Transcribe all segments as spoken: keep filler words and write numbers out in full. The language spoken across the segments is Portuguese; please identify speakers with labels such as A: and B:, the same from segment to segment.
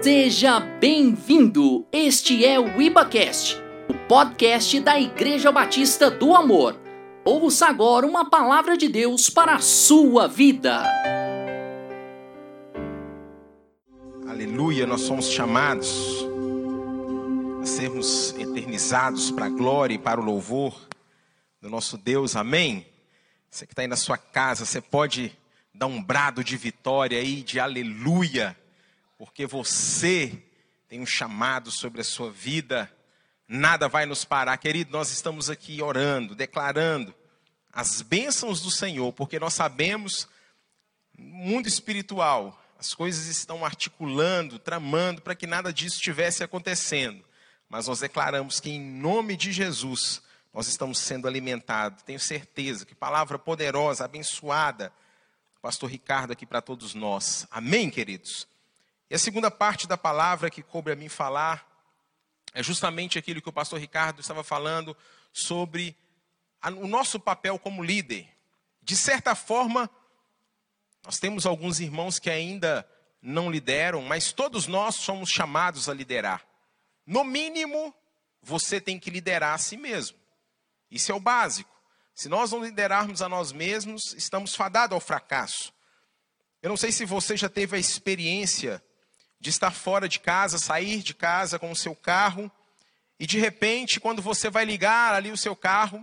A: Seja bem-vindo! Este é o IbaCast, o podcast da Igreja Batista do Amor. Ouça agora uma palavra de Deus para a sua vida.
B: Aleluia, nós somos chamados a sermos eternizados para a glória e para o louvor do nosso Deus, amém? Você que está aí na sua casa, você pode dar um brado de vitória aí, de aleluia, porque você tem um chamado sobre a sua vida, nada vai nos parar. Querido, nós estamos aqui orando, declarando as bênçãos do Senhor, porque nós sabemos, no mundo espiritual, as coisas estão articulando, tramando para que nada disso estivesse acontecendo. Mas nós declaramos que em nome de Jesus, nós estamos sendo alimentados. Tenho certeza que palavra poderosa, abençoada, pastor Ricardo aqui para todos nós. Amém, queridos? E a segunda parte da palavra que coube a mim falar é justamente aquilo que o pastor Ricardo estava falando sobre a, o nosso papel como líder. De certa forma, nós temos alguns irmãos que ainda não lideram, mas todos nós somos chamados a liderar. No mínimo, você tem que liderar a si mesmo. Isso é o básico. Se nós não liderarmos a nós mesmos, estamos fadados ao fracasso. Eu não sei se você já teve a experiência de estar fora de casa, sair de casa com o seu carro, e de repente, quando você vai ligar ali o seu carro,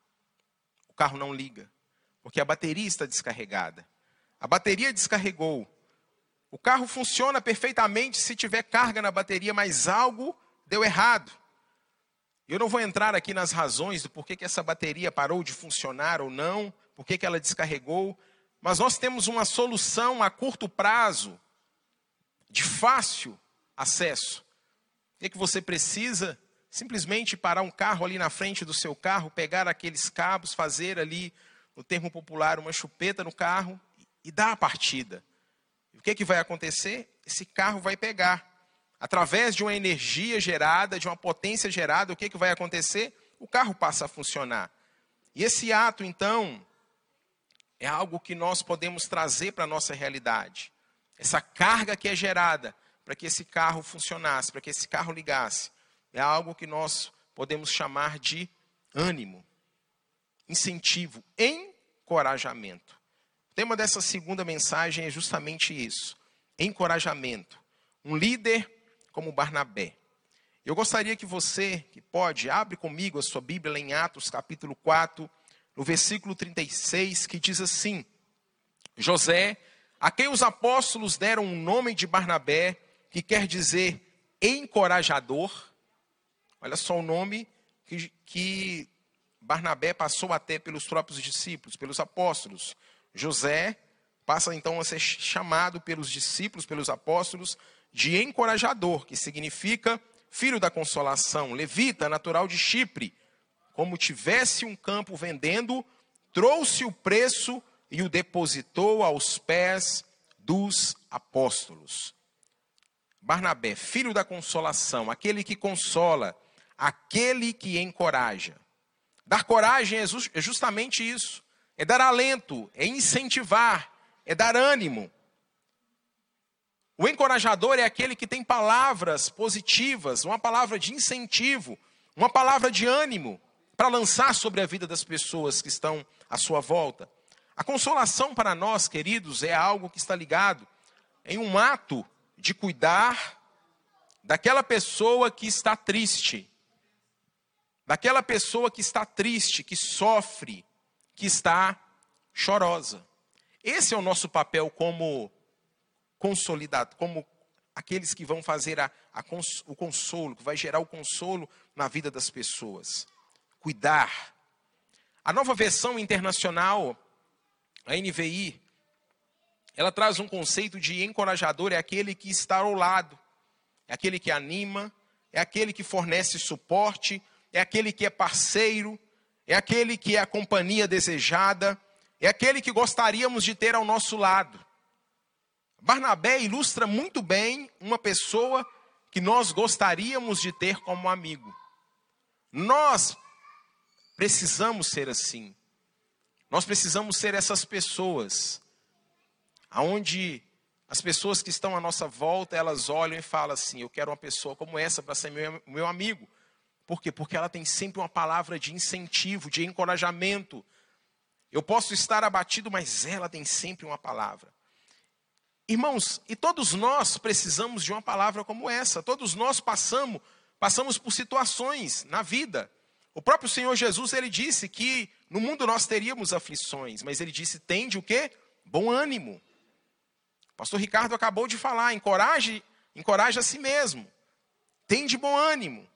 B: o carro não liga, porque a bateria está descarregada. A bateria descarregou. O carro funciona perfeitamente se tiver carga na bateria, mas algo deu errado. Eu não vou entrar aqui nas razões do porquê que essa bateria parou de funcionar ou não, porquê que ela descarregou, mas nós temos uma solução a curto prazo, de fácil acesso. O que é que você precisa? Simplesmente parar um carro ali na frente do seu carro, pegar aqueles cabos, fazer ali, no termo popular, uma chupeta no carro e dar a partida. E o que é que vai acontecer? Esse carro vai pegar. Através de uma energia gerada, de uma potência gerada, o que é que vai acontecer? O carro passa a funcionar. E esse ato, então, é algo que nós podemos trazer para a nossa realidade. Essa carga que é gerada para que esse carro funcionasse, para que esse carro ligasse, é algo que nós podemos chamar de ânimo, incentivo, encorajamento. O tema dessa segunda mensagem é justamente isso, encorajamento. Um líder como Barnabé. Eu gostaria que você, que pode, abre comigo a sua Bíblia em Atos capítulo quatro, no versículo trinta e seis, que diz assim: José, a quem os apóstolos deram o nome de Barnabé, que quer dizer encorajador. Olha só o nome que, que Barnabé passou até pelos próprios discípulos, pelos apóstolos. José passa então a ser chamado pelos discípulos, pelos apóstolos, de encorajador, que significa filho da consolação, levita, natural de Chipre. Como tivesse um campo vendendo, trouxe o preço e o depositou aos pés dos apóstolos. Barnabé, filho da consolação, aquele que consola, aquele que encoraja. Dar coragem é justamente isso, é dar alento, é incentivar, é dar ânimo. O encorajador é aquele que tem palavras positivas, uma palavra de incentivo, uma palavra de ânimo para lançar sobre a vida das pessoas que estão à sua volta. A consolação para nós, queridos, é algo que está ligado em um ato de cuidar daquela pessoa que está triste, daquela pessoa que está triste, que sofre, que está chorosa. Esse é o nosso papel como consolidado, como aqueles que vão fazer a, a cons, o consolo, que vai gerar o consolo na vida das pessoas. Cuidar. A nova versão internacional, a N V I, ela traz um conceito de encorajador, é aquele que está ao lado, é aquele que anima, é aquele que fornece suporte, é aquele que é parceiro, é aquele que é a companhia desejada, é aquele que gostaríamos de ter ao nosso lado. Barnabé ilustra muito bem uma pessoa que nós gostaríamos de ter como amigo. Nós precisamos ser assim. Nós precisamos ser essas pessoas, onde As pessoas que estão à nossa volta, elas olham e falam assim, eu quero uma pessoa como essa para ser meu, meu amigo. Por quê? Porque ela tem sempre uma palavra de incentivo, de encorajamento. Eu posso estar abatido, mas ela tem sempre uma palavra. Irmãos, e todos nós precisamos de uma palavra como essa. Todos nós passamos, passamos por situações na vida. O próprio Senhor Jesus, ele disse que no mundo nós teríamos aflições, mas ele disse, tende o quê? Bom ânimo. O pastor Ricardo acabou de falar, encoraje, encoraje a si mesmo. Tende bom ânimo.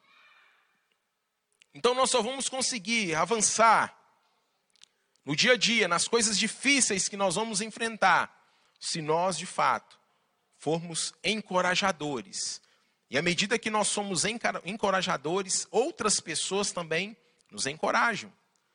B: Então nós só vamos conseguir avançar no dia a dia, nas coisas difíceis que nós vamos enfrentar, se nós, de fato, formos encorajadores. E à medida que nós somos encorajadores, outras pessoas também nos encorajam.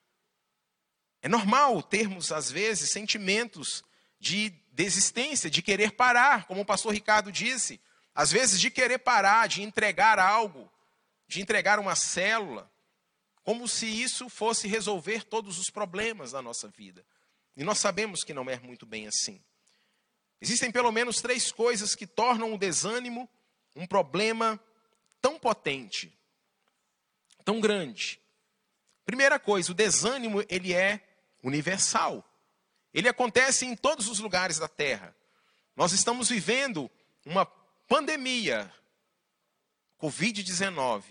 B: É normal termos, às vezes, sentimentos de desistência, de querer parar, como o pastor Ricardo disse. Às vezes de querer parar, de entregar algo, de entregar uma célula, como se isso fosse resolver todos os problemas da nossa vida. E nós sabemos que não é muito bem assim. Existem pelo menos três coisas que tornam o desânimo um problema tão potente, tão grande. Primeira coisa, o desânimo, ele é universal. Ele acontece em todos os lugares da terra. Nós estamos vivendo uma pandemia, covid dezenove,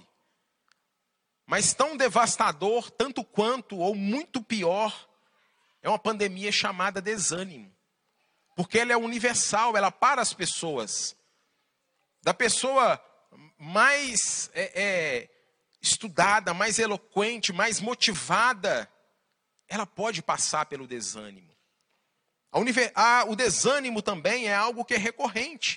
B: mas tão devastador, tanto quanto, ou muito pior, é uma pandemia chamada desânimo. Porque ela é universal, ela para as pessoas. Da pessoa mais é, é, estudada, mais eloquente, mais motivada, ela pode passar pelo desânimo. A univer... ah, o desânimo também é algo que é recorrente.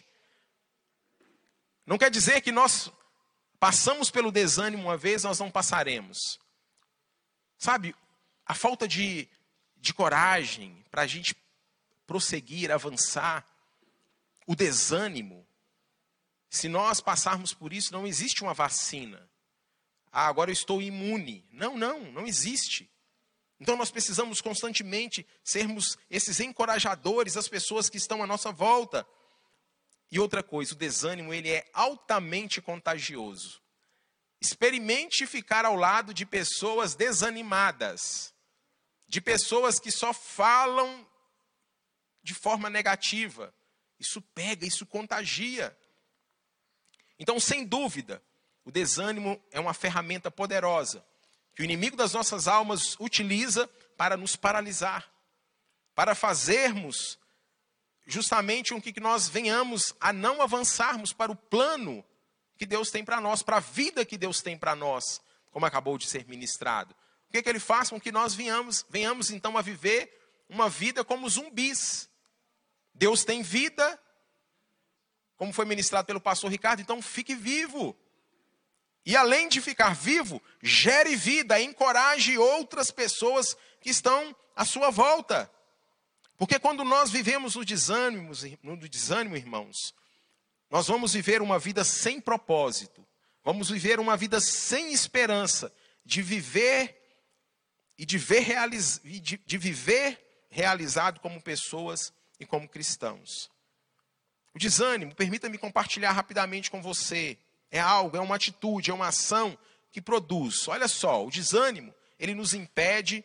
B: Não quer dizer que nós passamos pelo desânimo uma vez, nós não passaremos. Sabe, a falta de, de coragem para a gente prosseguir, avançar, o desânimo, se nós passarmos por isso, não existe uma vacina. Ah, agora eu estou imune. Não, não, não existe. Então nós precisamos constantemente sermos esses encorajadores às pessoas que estão à nossa volta. E outra coisa, o desânimo, ele é altamente contagioso. Experimente ficar ao lado de pessoas desanimadas, de pessoas que só falam de forma negativa. Isso pega, isso contagia. Então, sem dúvida, o desânimo é uma ferramenta poderosa que o inimigo das nossas almas utiliza para nos paralisar, para fazermos justamente com que nós venhamos a não avançarmos para o plano que Deus tem para nós, para a vida que Deus tem para nós, como acabou de ser ministrado. O que, que ele faz com que nós venhamos, venhamos então a viver uma vida como zumbis. Deus tem vida, como foi ministrado pelo pastor Ricardo, então fique vivo. E além de ficar vivo, gere vida, encoraje outras pessoas que estão à sua volta. Porque quando nós vivemos no desânimo, no desânimo, irmãos, nós vamos viver uma vida sem propósito. Vamos viver uma vida sem esperança de viver e de, ver realiz, de, de viver realizado como pessoas e como cristãos. O desânimo, permita-me compartilhar rapidamente com você, é algo, é uma atitude, é uma ação que produz. Olha só, o desânimo, ele nos impede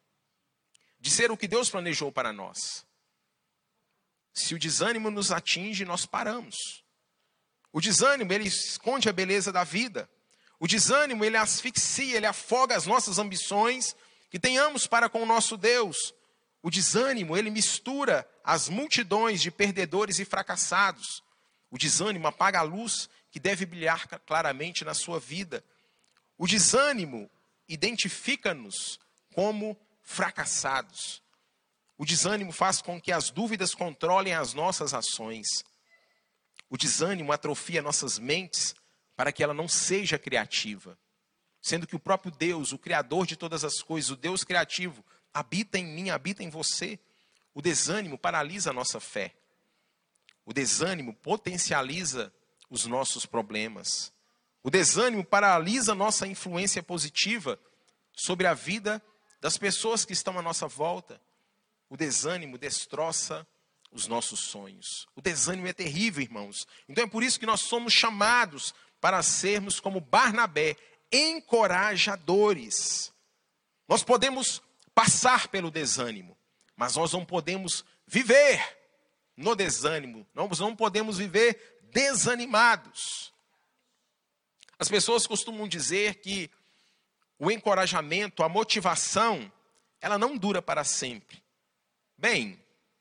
B: de ser o que Deus planejou para nós. Se o desânimo nos atinge, nós paramos. O desânimo, ele esconde a beleza da vida. O desânimo, ele asfixia, ele afoga as nossas ambições que tenhamos para com o nosso Deus. O desânimo, ele mistura as multidões de perdedores e fracassados. O desânimo apaga a luz que deve brilhar claramente na sua vida. O desânimo identifica-nos como fracassados. O desânimo faz com que as dúvidas controlem as nossas ações. O desânimo atrofia nossas mentes para que ela não seja criativa. Sendo que o próprio Deus, o Criador de todas as coisas, o Deus criativo, habita em mim, habita em você. O desânimo paralisa a nossa fé. O desânimo potencializa os nossos problemas. O desânimo paralisa a nossa influência positiva sobre a vida das pessoas que estão à nossa volta. O desânimo destroça os nossos sonhos. O desânimo é terrível, irmãos. Então é por isso que nós somos chamados para sermos como Barnabé, encorajadores. Nós podemos passar pelo desânimo, mas nós não podemos viver no desânimo. Nós não podemos viver desanimados. As pessoas costumam dizer que o encorajamento, a motivação, ela não dura para sempre. Bem,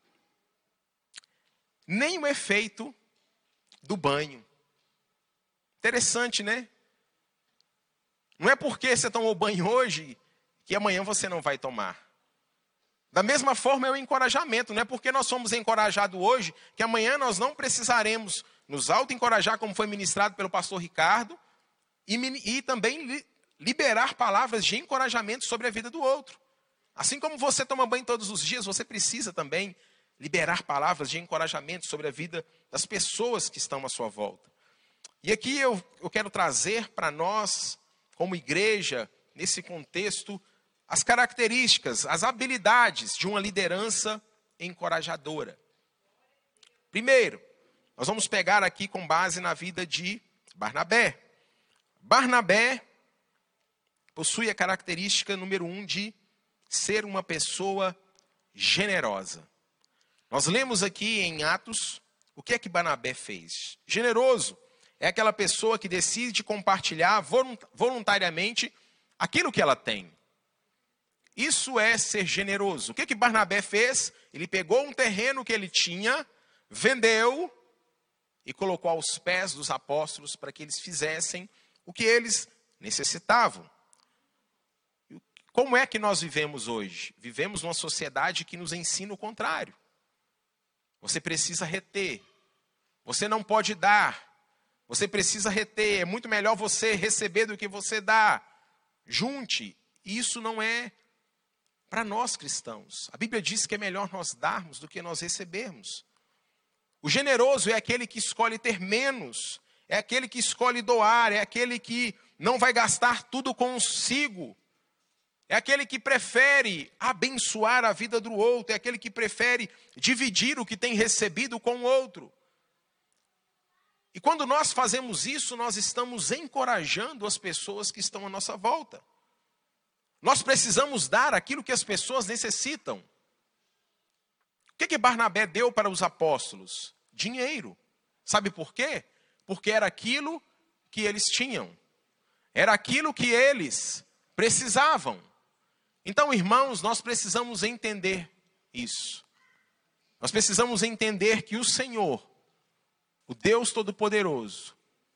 B: nem o efeito do banho. Interessante, né? Não é porque você tomou banho hoje que amanhã você não vai tomar. Da mesma forma é o encorajamento. Não é porque nós somos encorajados hoje que amanhã nós não precisaremos nos auto-encorajar, como foi ministrado pelo pastor Ricardo, e, e também li, liberar palavras de encorajamento sobre a vida do outro. Assim como você toma banho todos os dias, você precisa também liberar palavras de encorajamento sobre a vida das pessoas que estão à sua volta. E aqui eu, eu quero trazer para nós, como igreja, nesse contexto, as características, as habilidades de uma liderança encorajadora. Primeiro, nós vamos pegar aqui com base na vida de Barnabé. Barnabé possui a característica número um de ser uma pessoa generosa. Nós lemos aqui em Atos o que é que Barnabé fez. Generoso é aquela pessoa que decide compartilhar voluntariamente aquilo que ela tem. Isso é ser generoso. O que que Barnabé fez? Ele pegou um terreno que ele tinha, vendeu e colocou aos pés dos apóstolos para que eles fizessem o que eles necessitavam. Como é que nós vivemos hoje? Vivemos numa sociedade que nos ensina o contrário. Você precisa reter. Você não pode dar. Você precisa reter. É muito melhor você receber do que você dá. Junte. Isso não é para nós cristãos. A Bíblia diz que é melhor nós darmos do que nós recebermos. O generoso é aquele que escolhe ter menos, é aquele que escolhe doar, é aquele que não vai gastar tudo consigo, é aquele que prefere abençoar a vida do outro, é aquele que prefere dividir o que tem recebido com o outro. E quando nós fazemos isso, nós estamos encorajando as pessoas que estão à nossa volta. Nós precisamos dar aquilo que as pessoas necessitam. O que que Barnabé deu para os apóstolos? Dinheiro. Sabe por quê? Porque era aquilo que eles tinham. Era aquilo que eles precisavam. Então, irmãos, nós precisamos entender isso. Nós precisamos entender que o Senhor, o Deus Todo-Poderoso,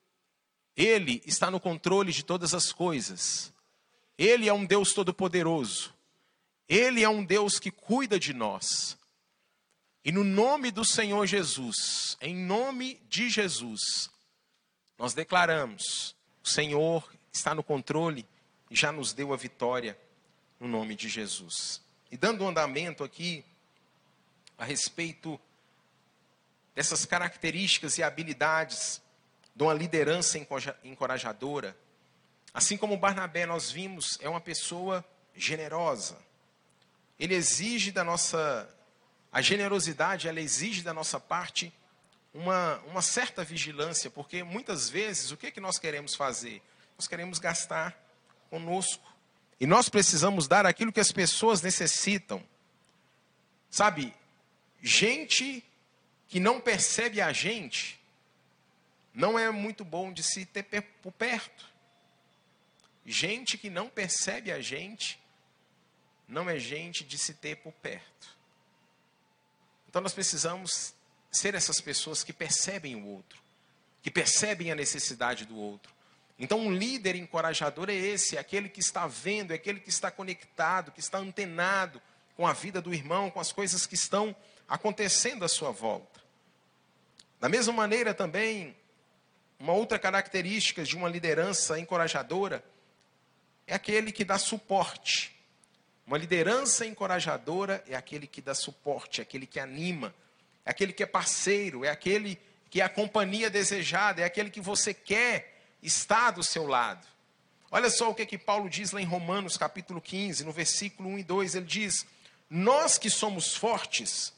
B: Ele está no controle de todas as coisas. Ele é um Deus Todo-Poderoso. Ele é um Deus que cuida de nós. E no nome do Senhor Jesus, em nome de Jesus, nós declaramos, o Senhor está no controle e já nos deu a vitória no nome de Jesus. E dando um andamento aqui a respeito dessas características e habilidades de uma liderança encorajadora, assim como Barnabé nós vimos, é uma pessoa generosa. Ele exige da nossa, a generosidade, ela exige da nossa parte uma, uma certa vigilância, porque muitas vezes o que, que nós queremos fazer? Nós queremos gastar conosco. E nós precisamos dar aquilo que as pessoas necessitam. Sabe, gente que não percebe a gente, não é muito bom de se ter por perto. Gente que não percebe a gente, não é gente de se ter por perto. Então nós precisamos ser essas pessoas que percebem o outro, que percebem a necessidade do outro. Então um líder encorajador é esse, é aquele que está vendo, é aquele que está conectado, que está antenado com a vida do irmão, com as coisas que estão acontecendo à sua volta. Da mesma maneira também, uma outra característica de uma liderança encorajadora é aquele que dá suporte. Uma liderança encorajadora é aquele que dá suporte, é aquele que anima, é aquele que é parceiro, é aquele que é a companhia desejada, é aquele que você quer estar do seu lado. Olha só o que, que Paulo diz lá em Romanos capítulo quinze, no versículo um e dois, ele diz: nós que somos fortes,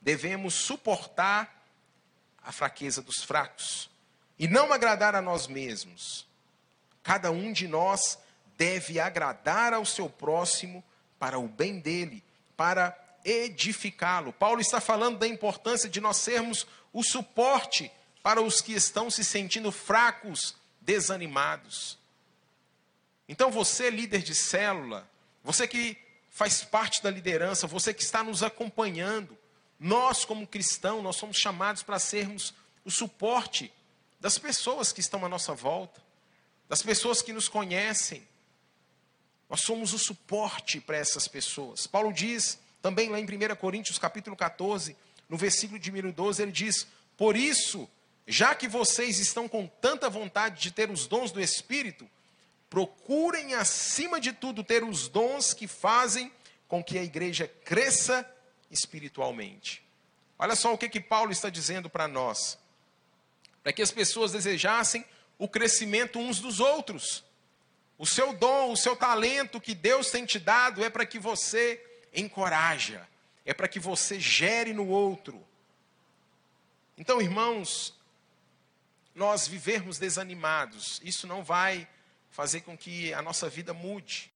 B: devemos suportar a fraqueza dos fracos e não agradar a nós mesmos. Cada um de nós deve agradar ao seu próximo para o bem dele, para edificá-lo. Paulo está falando da importância de nós sermos o suporte para os que estão se sentindo fracos, desanimados. Então você, líder de célula, você que faz parte da liderança, você que está nos acompanhando, nós como cristãos, nós somos chamados para sermos o suporte das pessoas que estão à nossa volta, das pessoas que nos conhecem. Nós somos o suporte para essas pessoas. Paulo diz, também lá em primeira Coríntios capítulo quatorze, no versículo de número doze, ele diz: por isso, já que vocês estão com tanta vontade de ter os dons do Espírito, procurem acima de tudo ter os dons que fazem com que a igreja cresça espiritualmente. Olha só o que, que Paulo está dizendo para nós. Para que as pessoas desejassem o crescimento uns dos outros. O seu dom, o seu talento que Deus tem te dado é para que você encoraja, é para que você gere no outro. Então, irmãos, nós vivermos desanimados, isso não vai fazer com que a nossa vida mude.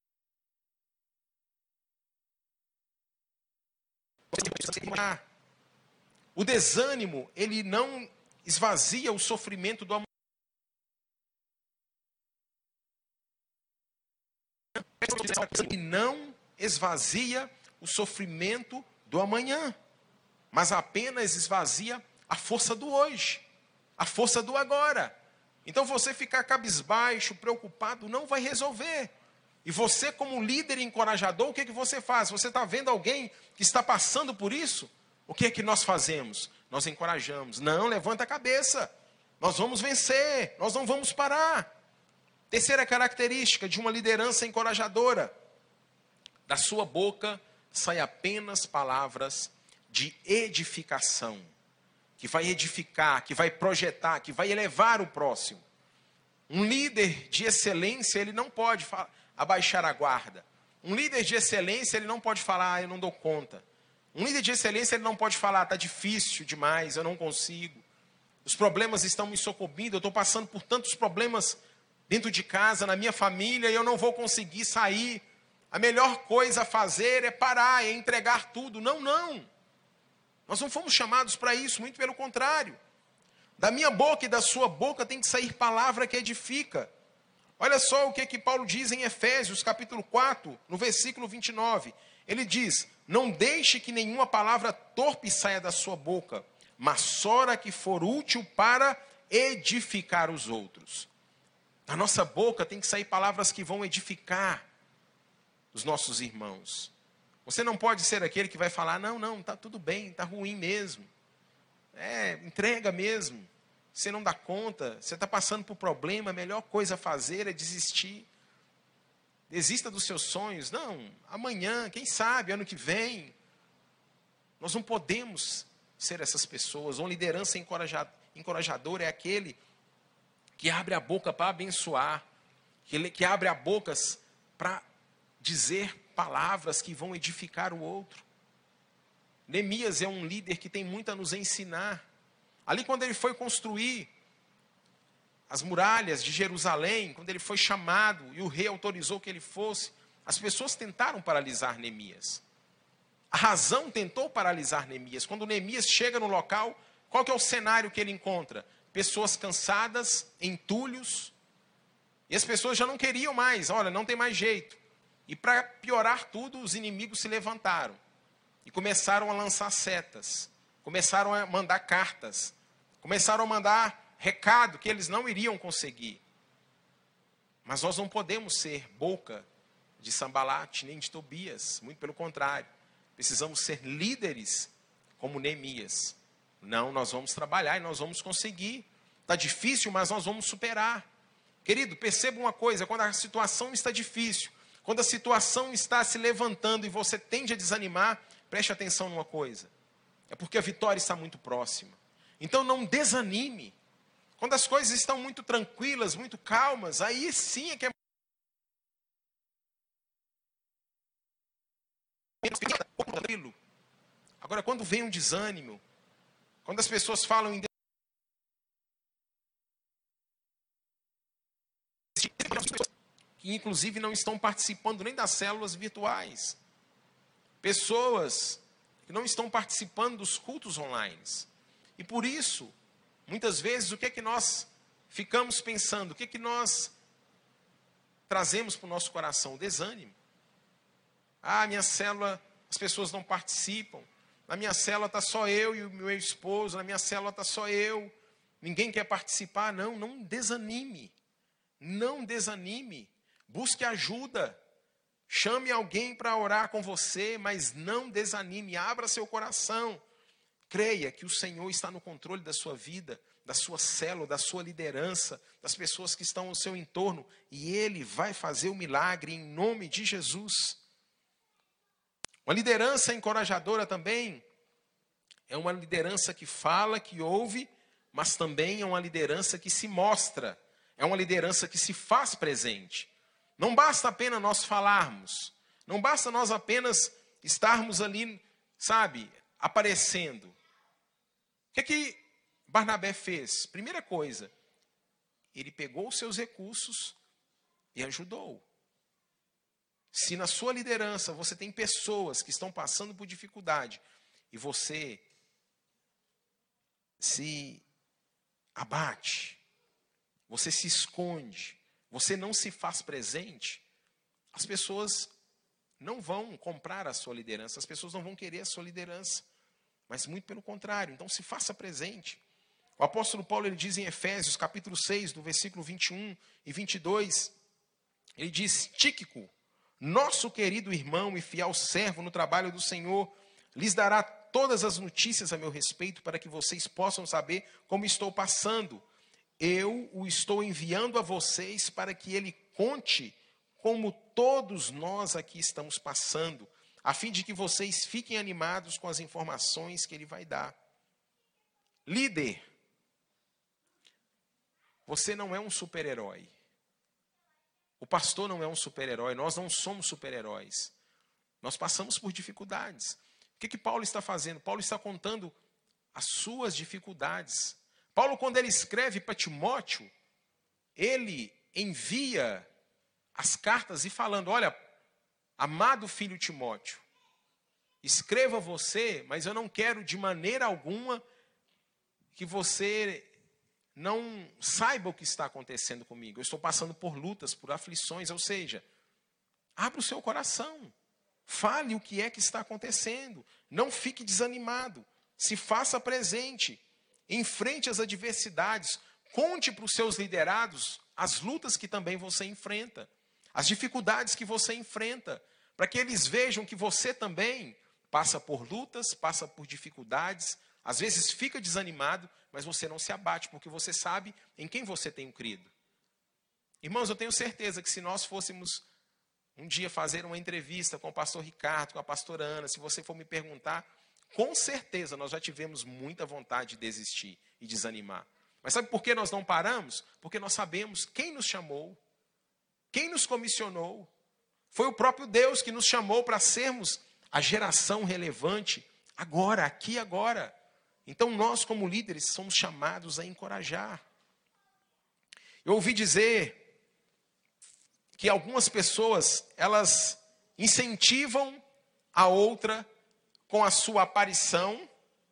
B: O desânimo, ele não esvazia o sofrimento do amanhã. Ele não esvazia o sofrimento do amanhã, mas apenas esvazia a força do hoje, a força do agora. Então você ficar cabisbaixo, preocupado, não vai resolver. E você, como líder e encorajador, o que, que você faz? Você está vendo alguém que está passando por isso? O que é que nós fazemos? Nós encorajamos. Não, levanta a cabeça. Nós vamos vencer. Nós não vamos parar. Terceira característica de uma liderança encorajadora. Da sua boca saem apenas palavras de edificação. Que vai edificar, que vai projetar, que vai elevar o próximo. Um líder de excelência, ele não pode falar, abaixar a guarda. Um líder de excelência, ele não pode falar, ah, eu não dou conta. Um líder de excelência, ele não pode falar, está difícil demais, eu não consigo. Os problemas estão me sucumbindo, eu estou passando por tantos problemas dentro de casa, na minha família, e eu não vou conseguir sair. A melhor coisa a fazer é parar, é entregar tudo. Não, não. Nós não fomos chamados para isso, muito pelo contrário. Da minha boca e da sua boca tem que sair palavra que edifica. Olha só o que, que Paulo diz em Efésios, capítulo quatro, no versículo vinte e nove. Ele diz: não deixe que nenhuma palavra torpe saia da sua boca, mas só a que for útil para edificar os outros. Da nossa boca tem que sair palavras que vão edificar os nossos irmãos. Você não pode ser aquele que vai falar, não, não, está tudo bem, está ruim mesmo. É, entrega mesmo. Você não dá conta, você está passando por problema, a melhor coisa a fazer é desistir. Desista dos seus sonhos. Não, amanhã, quem sabe, ano que vem. Nós não podemos ser essas pessoas. Uma liderança encorajadora é aquele que abre a boca para abençoar, que, que abre a boca para dizer palavras que vão edificar o outro. Neemias é um líder que tem muito a nos ensinar. Ali quando ele foi construir as muralhas de Jerusalém, quando ele foi chamado e o rei autorizou que ele fosse, as pessoas tentaram paralisar Neemias. A razão tentou paralisar Neemias. Quando Neemias chega no local, qual que é o cenário que ele encontra? Pessoas cansadas, entulhos, e as pessoas já não queriam mais, olha, não tem mais jeito. E para piorar tudo, os inimigos se levantaram e começaram a lançar setas, começaram a mandar cartas, começaram a mandar recado que eles não iriam conseguir. Mas nós não podemos ser boca de Sambalate nem de Tobias, muito pelo contrário. Precisamos ser líderes como Neemias. Não, nós vamos trabalhar e nós vamos conseguir. Está difícil, mas nós vamos superar. Querido, perceba uma coisa, quando a situação está difícil, quando a situação está se levantando e você tende a desanimar, preste atenção numa coisa. É porque a vitória está muito próxima. Então não desanime. Quando as coisas estão muito tranquilas, muito calmas, aí sim é que é... Agora, quando vem um desânimo, quando as pessoas falam em que inclusive não estão participando nem das células virtuais, pessoas que não estão participando dos cultos online. E por isso, muitas vezes, o que é que nós ficamos pensando? O que é que nós trazemos para o nosso coração? O desânimo. Ah, minha célula, as pessoas não participam. Na minha célula está só eu e o meu esposo. Na minha célula está só eu. Ninguém quer participar. Não, não desanime. Não desanime. Busque ajuda. Chame alguém para orar com você, mas não desanime. Abra seu coração. Creia que o Senhor está no controle da sua vida, da sua célula, da sua liderança, das pessoas que estão ao seu entorno. E Ele vai fazer o milagre em nome de Jesus. Uma liderança encorajadora também é uma liderança que fala, que ouve, mas também é uma liderança que se mostra. É uma liderança que se faz presente. Não basta apenas nós falarmos. Não basta nós apenas estarmos ali, sabe, aparecendo. O que é que Barnabé fez? Primeira coisa, ele pegou os seus recursos e ajudou. Se na sua liderança você tem pessoas que estão passando por dificuldade e você se abate, você se esconde, você não se faz presente, as pessoas não vão comprar a sua liderança, as pessoas não vão querer a sua liderança, mas muito pelo contrário. Então se faça presente. O apóstolo Paulo, ele diz em Efésios, capítulo seis, do versículo vinte e um e vinte e dois, ele diz: Tíquico, nosso querido irmão e fiel servo no trabalho do Senhor, lhes dará todas as notícias a meu respeito para que vocês possam saber como estou passando. Eu o estou enviando a vocês para que ele conte como todos nós aqui estamos passando, a fim de que vocês fiquem animados com as informações que ele vai dar. Líder, você não é um super-herói. O pastor não é um super-herói, nós não somos super-heróis. Nós passamos por dificuldades. O que que Paulo está fazendo? Paulo está contando as suas dificuldades. Paulo, quando ele escreve para Timóteo, ele envia as cartas e falando: olha, amado filho Timóteo, escreva você, mas eu não quero de maneira alguma que você não saiba o que está acontecendo comigo. Eu estou passando por lutas, por aflições, ou seja, abra o seu coração. Fale o que é que está acontecendo. Não fique desanimado. Se faça presente. Enfrente as adversidades. Conte para os seus liderados as lutas que também você enfrenta. As dificuldades que você enfrenta. Para que eles vejam que você também passa por lutas, passa por dificuldades. Às vezes fica desanimado, mas você não se abate, porque você sabe em quem você tem crido. Irmãos, eu tenho certeza que se nós fôssemos um dia fazer uma entrevista com o pastor Ricardo, com a pastora Ana, se você for me perguntar, com certeza nós já tivemos muita vontade de desistir e desanimar. Mas sabe por que nós não paramos? Porque nós sabemos quem nos chamou, quem nos comissionou. Foi o próprio Deus que nos chamou para sermos a geração relevante, agora, aqui e agora. Então nós, como líderes, somos chamados a encorajar. Eu ouvi dizer que algumas pessoas, elas incentivam a outra com a sua aparição,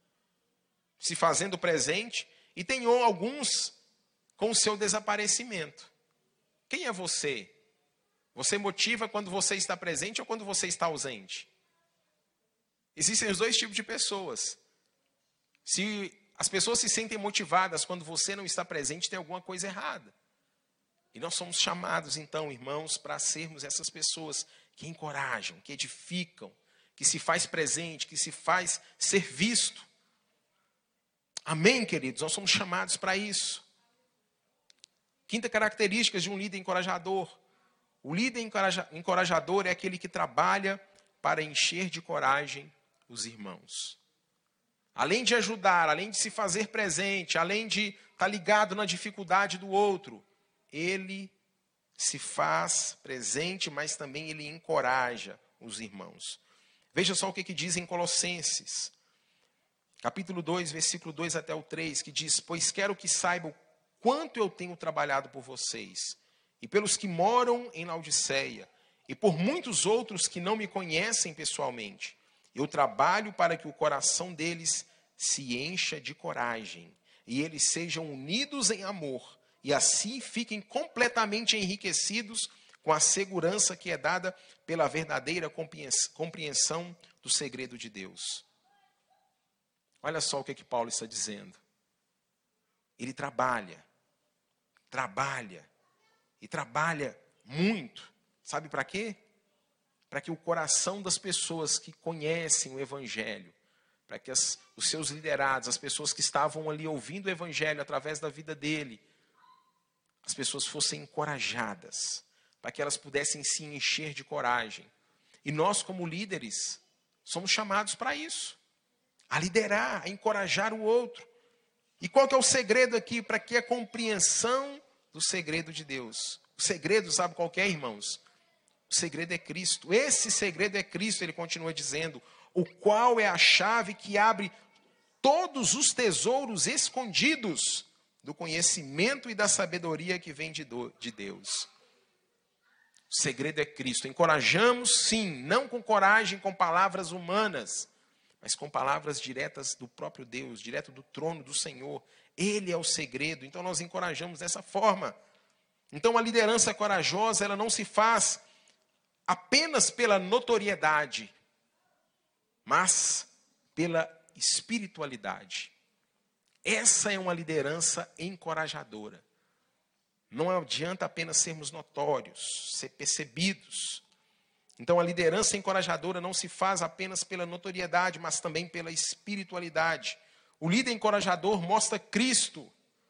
B: se fazendo presente, e tem alguns com o seu desaparecimento. Quem é você? Você motiva quando você está presente ou quando você está ausente? Existem os dois tipos de pessoas. Se as pessoas se sentem motivadas quando você não está presente, tem alguma coisa errada. E nós somos chamados, então, irmãos, para sermos essas pessoas que encorajam, que edificam, que se faz presente, que se faz ser visto. Amém, queridos? Nós somos chamados para isso. Quinta característica de um líder encorajador. O líder encoraja- encorajador é aquele que trabalha para encher de coragem os irmãos. Além de ajudar, além de se fazer presente, além de estar ligado na dificuldade do outro, ele se faz presente, mas também ele encoraja os irmãos. Veja só o que, que diz em Colossenses. capítulo dois, versículo dois até o três, que diz: pois quero que saibam quanto eu tenho trabalhado por vocês, e pelos que moram em Laodiceia, e por muitos outros que não me conhecem pessoalmente. Eu trabalho para que o coração deles se encha de coragem, e eles sejam unidos em amor, e assim fiquem completamente enriquecidos com a segurança que é dada pela verdadeira compreensão do segredo de Deus. Olha só o que, é que Paulo está dizendo. Ele trabalha, trabalha, e trabalha muito. Sabe para quê? Para que o coração das pessoas que conhecem o Evangelho, para que as, os seus liderados, as pessoas que estavam ali ouvindo o Evangelho através da vida dele, as pessoas fossem encorajadas, para que elas pudessem se encher de coragem. E nós, como líderes, somos chamados para isso, a liderar, a encorajar o outro. E qual que é o segredo aqui? Para que a compreensão do segredo de Deus. O segredo, sabe qual que é, irmãos? O segredo é Cristo. Esse segredo é Cristo, ele continua dizendo, o qual é a chave que abre todos os tesouros escondidos do conhecimento e da sabedoria que vem de Deus. O segredo é Cristo. Encorajamos, sim, não com coragem, com palavras humanas, mas com palavras diretas do próprio Deus, direto do trono do Senhor. Ele é o segredo. Então nós encorajamos dessa forma. Então a liderança corajosa, ela não se faz apenas pela notoriedade, mas pela espiritualidade. Essa é uma liderança encorajadora. Não adianta apenas sermos notórios, ser percebidos. Então a liderança encorajadora não se faz apenas pela notoriedade, mas também pela espiritualidade. O líder encorajador mostra Cristo.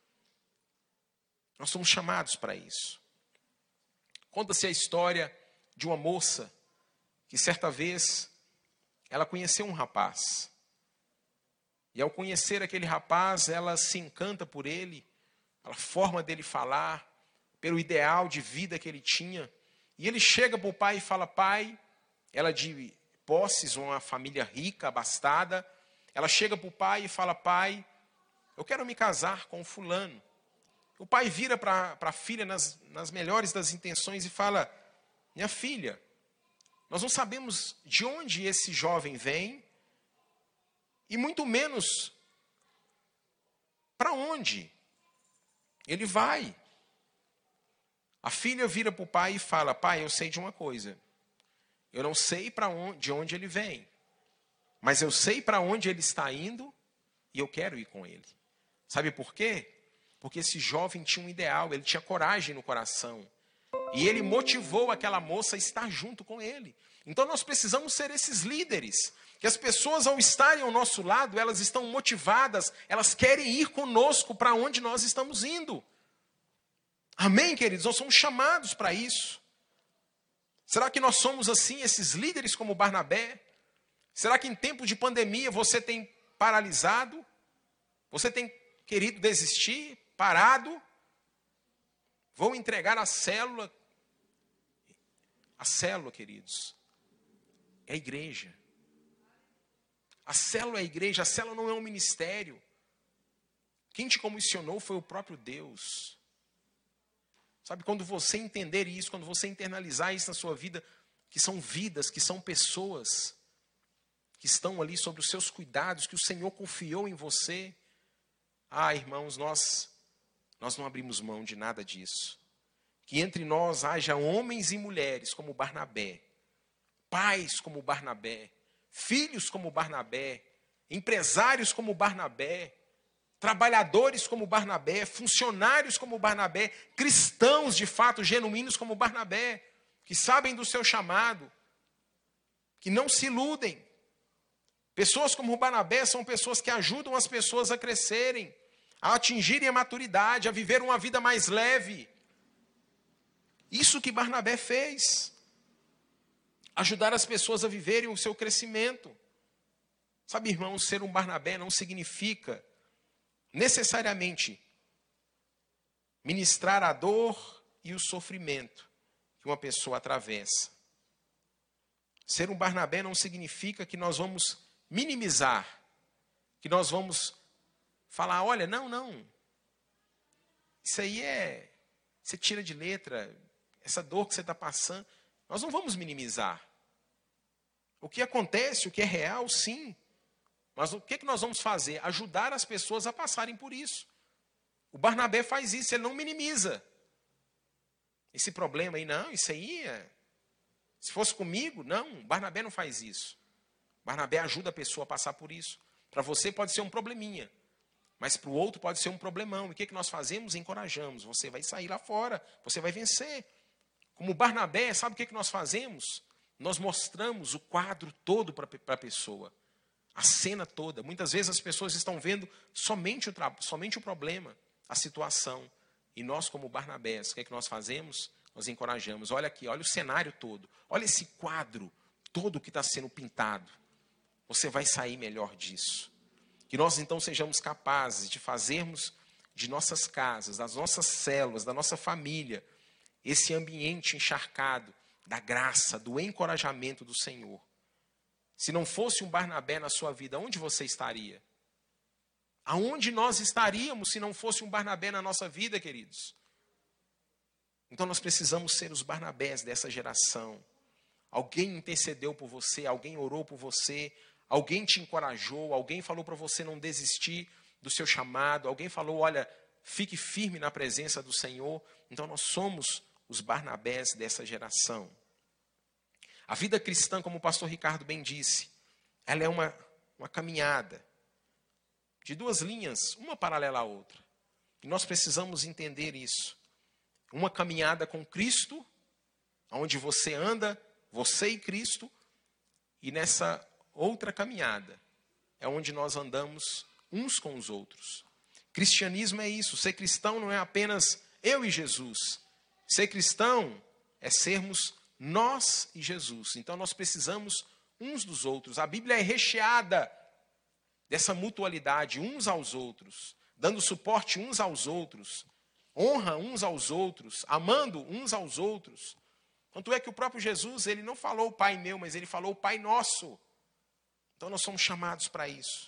B: Nós somos chamados para isso. Conta-se a história de uma moça que certa vez ela conheceu um rapaz. E ao conhecer aquele rapaz, ela se encanta por ele, pela forma dele falar, pelo ideal de vida que ele tinha. E ele chega para o pai e fala: pai, ela de posses, uma família rica, abastada. Ela chega para o pai e fala: pai, eu quero me casar com fulano. O pai vira para a filha nas, nas melhores das intenções e fala: minha filha, nós não sabemos de onde esse jovem vem, e muito menos para onde ele vai. A filha vira para o pai e fala: pai, eu sei de uma coisa. Eu não sei para onde, de onde ele vem, mas eu sei para onde ele está indo e eu quero ir com ele. Sabe por quê? Porque esse jovem tinha um ideal, ele tinha coragem no coração. E ele motivou aquela moça a estar junto com ele. Então nós precisamos ser esses líderes, que as pessoas ao estarem ao nosso lado, elas estão motivadas, elas querem ir conosco para onde nós estamos indo. Amém, queridos? Nós somos chamados para isso. Será que nós somos assim, esses líderes como Barnabé? Será que em tempo de pandemia você tem paralisado? Você tem querido desistir, parado? Vou entregar a célula. A célula, queridos, é a igreja. A célula é a igreja, a célula não é um ministério. Quem te comissionou foi o próprio Deus. Sabe, quando você entender isso, quando você internalizar isso na sua vida, que são vidas, que são pessoas, que estão ali sob os seus cuidados, que o Senhor confiou em você. Ah, irmãos, nós, nós não abrimos mão de nada disso. Que entre nós haja homens e mulheres como Barnabé, pais como Barnabé, filhos como Barnabé, empresários como Barnabé, trabalhadores como Barnabé, funcionários como Barnabé, cristãos de fato genuínos como Barnabé, que sabem do seu chamado, que não se iludem. Pessoas como Barnabé são pessoas que ajudam as pessoas a crescerem, a atingirem a maturidade, a viver uma vida mais leve. Isso que Barnabé fez. Ajudar as pessoas a viverem o seu crescimento. Sabe, irmãos, ser um Barnabé não significa necessariamente ministrar a dor e o sofrimento que uma pessoa atravessa. Ser um Barnabé não significa que nós vamos minimizar, que nós vamos falar, olha, não, não. Isso aí é, você tira de letra, essa dor que você está passando. Nós não vamos minimizar. O que acontece, o que é real, sim. Mas o que, que nós vamos fazer? Ajudar as pessoas a passarem por isso. O Barnabé faz isso, ele não minimiza. Esse problema aí, não, isso aí é... Se fosse comigo, não, Barnabé não faz isso. Barnabé ajuda a pessoa a passar por isso. Para você pode ser um probleminha, mas para o outro pode ser um problemão. E o que, que nós fazemos? Encorajamos. Você vai sair lá fora, você vai vencer. Como Barnabé, sabe o que, que nós fazemos? Nós mostramos o quadro todo para a pessoa. A cena toda. Muitas vezes as pessoas estão vendo somente o, somente o problema, a situação. E nós, como Barnabés, o que é que nós fazemos? Nós encorajamos. Olha aqui, olha o cenário todo. Olha esse quadro todo que está sendo pintado. Você vai sair melhor disso. Que nós, então, sejamos capazes de fazermos de nossas casas, das nossas células, da nossa família, esse ambiente encharcado da graça, do encorajamento do Senhor. Se não fosse um Barnabé na sua vida, onde você estaria? Aonde nós estaríamos se não fosse um Barnabé na nossa vida, queridos? Então nós precisamos ser os Barnabés dessa geração. Alguém intercedeu por você, alguém orou por você, alguém te encorajou, alguém falou para você não desistir do seu chamado, alguém falou, olha, fique firme na presença do Senhor. Então nós somos os Barnabés dessa geração. A vida cristã, como o pastor Ricardo bem disse, ela é uma, uma caminhada de duas linhas, uma paralela à outra. E nós precisamos entender isso. Uma caminhada com Cristo, onde você anda, você e Cristo, e nessa outra caminhada é onde nós andamos uns com os outros. Cristianismo é isso. Ser cristão não é apenas eu e Jesus. Ser cristão é sermos nós e Jesus. Então nós precisamos uns dos outros. A Bíblia é recheada dessa mutualidade, uns aos outros, dando suporte uns aos outros, honra uns aos outros, amando uns aos outros. Tanto é que o próprio Jesus, ele não falou Pai meu, mas ele falou Pai nosso. Então nós somos chamados para isso.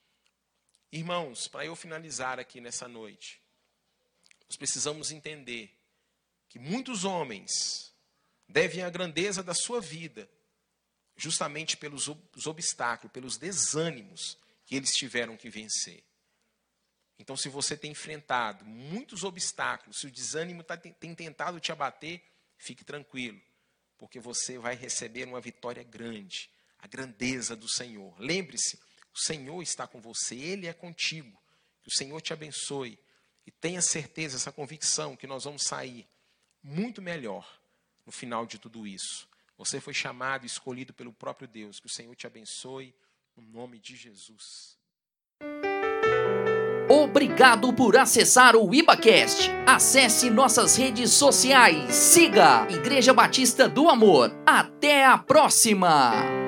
B: Irmãos, para eu finalizar aqui nessa noite, nós precisamos entender que muitos homens devem a grandeza da sua vida justamente pelos obstáculos, pelos desânimos que eles tiveram que vencer. Então, se você tem enfrentado muitos obstáculos, se o desânimo tá, tem tentado te abater, fique tranquilo, porque você vai receber uma vitória grande, a grandeza do Senhor. Lembre-se, o Senhor está com você, Ele é contigo. Que o Senhor te abençoe e tenha certeza, essa convicção, que nós vamos sair muito melhor no final de tudo isso. Você foi chamado e escolhido pelo próprio Deus. Que o Senhor te abençoe, no nome de Jesus.
A: Obrigado por acessar o IbaCast. Acesse nossas redes sociais. Siga Igreja Batista do Amor. Até a próxima!